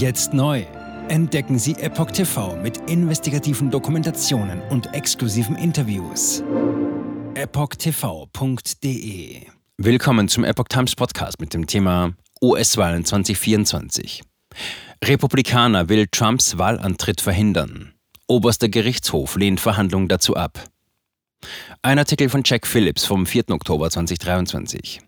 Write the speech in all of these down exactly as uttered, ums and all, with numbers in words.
Jetzt neu. Entdecken Sie Epoch T V mit investigativen Dokumentationen und exklusiven Interviews. epoch t v punkt d e. Willkommen zum Epoch Times Podcast mit dem Thema U S-Wahlen zwanzig vierundzwanzig. Republikaner will Trumps Wahlantritt verhindern. Oberster Gerichtshof lehnt Verhandlungen dazu ab. Ein Artikel von Jack Phillips vom vierten Oktober zweitausenddreiundzwanzig.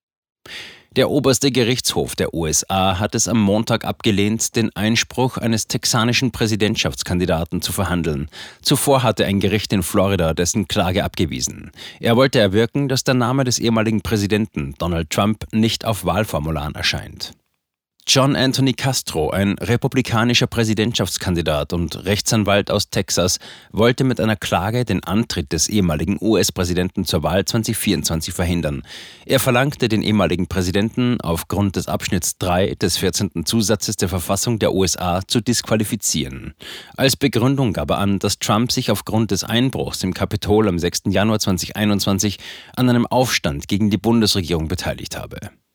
Der oberste Gerichtshof der U S A hat es am Montag abgelehnt, den Einspruch eines texanischen Präsidentschaftskandidaten zu verhandeln. Zuvor hatte ein Gericht in Florida dessen Klage abgewiesen. Er wollte erwirken, dass der Name des ehemaligen Präsidenten Donald Trump nicht auf Wahlformularen erscheint. John Anthony Castro, ein republikanischer Präsidentschaftskandidat und Rechtsanwalt aus Texas, wollte mit einer Klage den Antritt des ehemaligen U S-Präsidenten zur Wahl zwanzig vierundzwanzig verhindern. Er verlangte, den ehemaligen Präsidenten aufgrund des Abschnitts drei des vierzehnten Zusatzes der Verfassung der U S A zu disqualifizieren. Als Begründung gab er an, dass Trump sich aufgrund des Einbruchs im Kapitol am sechsten Januar zweitausendeinundzwanzig an einem Aufstand gegen die Bundesregierung beteiligt habe.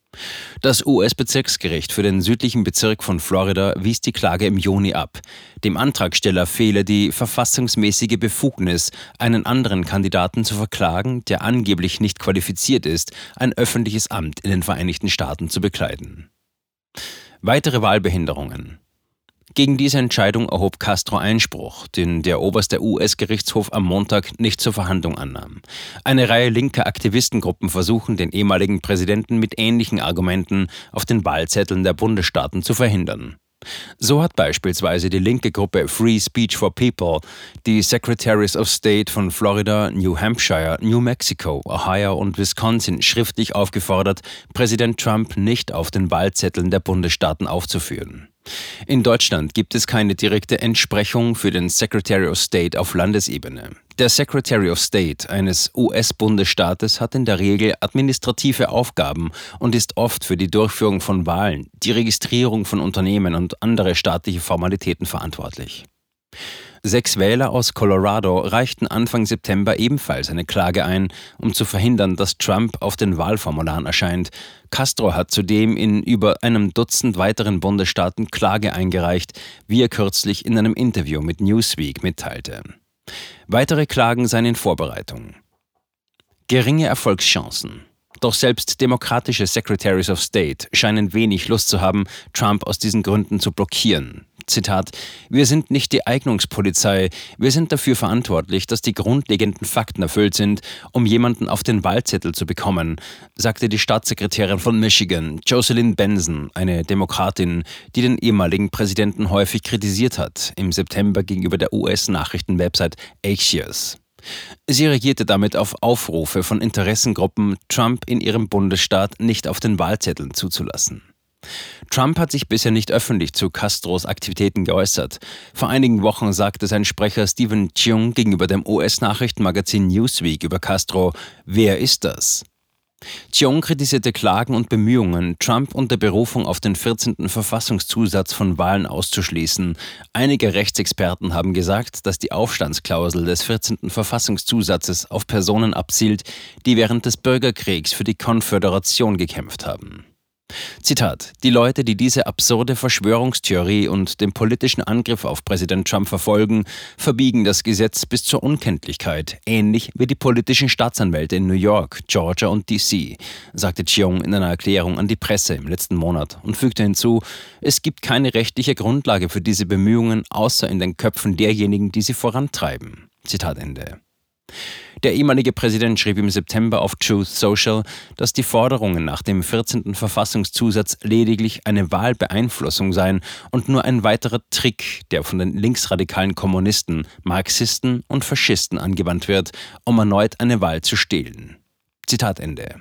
Das U S-Bezirksgericht für den südlichen Bezirk von Florida wies die Klage im Juni ab. Dem Antragsteller fehle die verfassungsmäßige Befugnis, einen anderen Kandidaten zu verklagen, der angeblich nicht qualifiziert ist, ein öffentliches Amt in den Vereinigten Staaten zu bekleiden. Weitere Wahlbehinderungen. Gegen diese Entscheidung erhob Castro Einspruch, den der oberste U S-Gerichtshof am Montag nicht zur Verhandlung annahm. Eine Reihe linker Aktivistengruppen versuchen, den ehemaligen Präsidenten mit ähnlichen Argumenten auf den Wahlzetteln der Bundesstaaten zu verhindern. So hat beispielsweise die linke Gruppe Free Speech for People die Secretaries of State von Florida, New Hampshire, New Mexico, Ohio und Wisconsin schriftlich aufgefordert, Präsident Trump nicht auf den Wahlzetteln der Bundesstaaten aufzuführen. In Deutschland gibt es keine direkte Entsprechung für den Secretary of State auf Landesebene. Der Secretary of State eines U S-Bundesstaates hat in der Regel administrative Aufgaben und ist oft für die Durchführung von Wahlen, die Registrierung von Unternehmen und andere staatliche Formalitäten verantwortlich. Sechs Wähler aus Colorado reichten Anfang September ebenfalls eine Klage ein, um zu verhindern, dass Trump auf den Wahlformularen erscheint. Castro hat zudem in über einem Dutzend weiteren Bundesstaaten Klage eingereicht, wie er kürzlich in einem Interview mit Newsweek mitteilte. Weitere Klagen seien in Vorbereitung. Geringe Erfolgschancen. Doch selbst demokratische Secretaries of State scheinen wenig Lust zu haben, Trump aus diesen Gründen zu blockieren. Zitat: Wir sind nicht die Eignungspolizei, wir sind dafür verantwortlich, dass die grundlegenden Fakten erfüllt sind, um jemanden auf den Wahlzettel zu bekommen, sagte die Staatssekretärin von Michigan, Jocelyn Benson, eine Demokratin, die den ehemaligen Präsidenten häufig kritisiert hat, im September gegenüber der U S-Nachrichtenwebsite Axios. Sie reagierte damit auf Aufrufe von Interessengruppen, Trump in ihrem Bundesstaat nicht auf den Wahlzetteln zuzulassen. Trump hat sich bisher nicht öffentlich zu Castros Aktivitäten geäußert. Vor einigen Wochen sagte sein Sprecher Stephen Cheung gegenüber dem U S-Nachrichtenmagazin Newsweek über Castro: Wer ist das? Cheung kritisierte Klagen und Bemühungen, Trump unter Berufung auf den vierzehnten Verfassungszusatz von Wahlen auszuschließen. Einige Rechtsexperten haben gesagt, dass die Aufstandsklausel des vierzehnten Verfassungszusatzes auf Personen abzielt, die während des Bürgerkriegs für die Konföderation gekämpft haben. Zitat: Die Leute, die diese absurde Verschwörungstheorie und den politischen Angriff auf Präsident Trump verfolgen, verbiegen das Gesetz bis zur Unkenntlichkeit, ähnlich wie die politischen Staatsanwälte in New York, Georgia und D C, sagte Cheung in einer Erklärung an die Presse im letzten Monat und fügte hinzu: Es gibt keine rechtliche Grundlage für diese Bemühungen, außer in den Köpfen derjenigen, die sie vorantreiben. Zitat Ende. Der ehemalige Präsident schrieb im September auf Truth Social, dass die Forderungen nach dem vierzehnten Verfassungszusatz lediglich eine Wahlbeeinflussung seien und nur ein weiterer Trick, der von den linksradikalen Kommunisten, Marxisten und Faschisten angewandt wird, um erneut eine Wahl zu stehlen. Zitat Ende.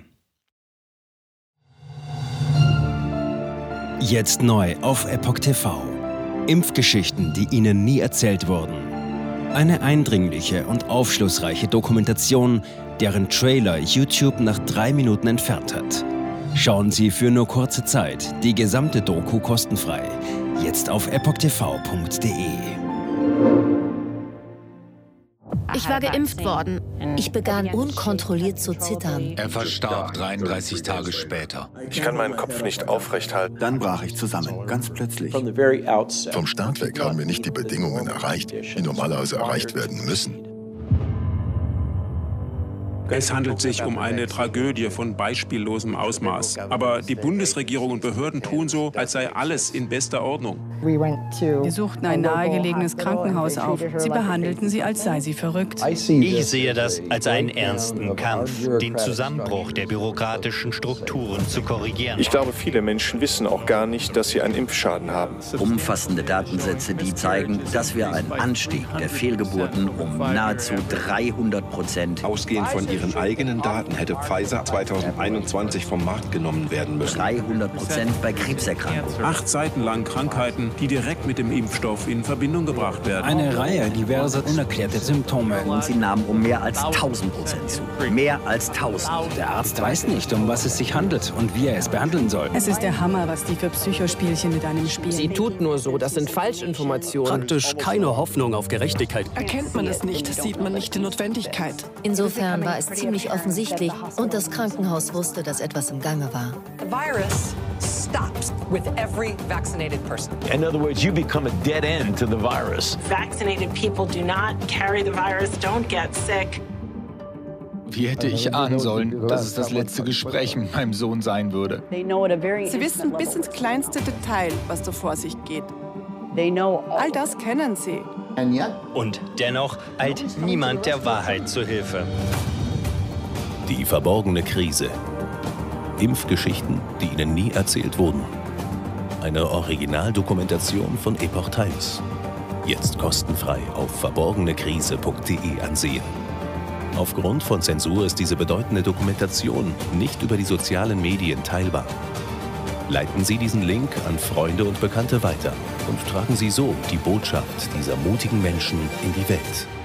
Jetzt neu auf Epoch T V. Impfgeschichten, die Ihnen nie erzählt wurden. Eine eindringliche und aufschlussreiche Dokumentation, deren Trailer YouTube nach drei Minuten entfernt hat. Schauen Sie für nur kurze Zeit die gesamte Doku kostenfrei. Jetzt auf epoch t v punkt d e. Ich war geimpft worden. Ich begann unkontrolliert zu zittern. Er verstarb dreiunddreißig Tage später. Ich kann meinen Kopf nicht aufrecht halten. Dann brach ich zusammen, ganz plötzlich. Vom Start weg haben wir nicht die Bedingungen erreicht, die normalerweise erreicht werden müssen. Es handelt sich um eine Tragödie von beispiellosem Ausmaß. Aber die Bundesregierung und Behörden tun so, als sei alles in bester Ordnung. Wir suchten ein nahegelegenes Krankenhaus auf. Sie behandelten sie, als sei sie verrückt. Ich sehe das als einen ernsten Kampf, den Zusammenbruch der bürokratischen Strukturen zu korrigieren. Ich glaube, viele Menschen wissen auch gar nicht, dass sie einen Impfschaden haben. Umfassende Datensätze, die zeigen, dass wir einen Anstieg der Fehlgeburten um nahezu dreihundert Prozent. Ausgehend von ihren eigenen Daten hätte Pfizer zweitausendeinundzwanzig vom Markt genommen werden müssen. dreihundert Prozent bei Krebserkrankungen. Acht Seiten lang Krankheiten, die direkt mit dem Impfstoff in Verbindung gebracht werden. Eine Reihe diverser unerklärter Symptome. Und sie nahmen um mehr als tausend Prozent zu. Mehr als tausend. Der Arzt weiß nicht, um was es sich handelt und wie er es behandeln soll. Es ist der Hammer, was die für Psychospielchen mit einem spielen. Sie tut nur so, das sind Falschinformationen. Praktisch keine Hoffnung auf Gerechtigkeit. Erkennt man es nicht, sieht man nicht die Notwendigkeit. Insofern war es ziemlich offensichtlich und das Krankenhaus wusste, dass etwas im Gange war. The virus stops with every vaccinated person. In other words, you become a dead end to the virus. Vaccinated people do not carry the virus, don't get sick. Wie hätte ich ahnen sollen, dass es das letzte Gespräch mit meinem Sohn sein würde? Sie wissen bis ins kleinste Detail, was da vor sich geht. All das kennen sie. Und dennoch eilt niemand der Wahrheit zu Hilfe. Die verborgene Krise. Impfgeschichten, die Ihnen nie erzählt wurden. Eine Originaldokumentation von Epoch Times. Jetzt kostenfrei auf verborgenekrise punkt de ansehen. Aufgrund von Zensur ist diese bedeutende Dokumentation nicht über die sozialen Medien teilbar. Leiten Sie diesen Link an Freunde und Bekannte weiter und tragen Sie so die Botschaft dieser mutigen Menschen in die Welt.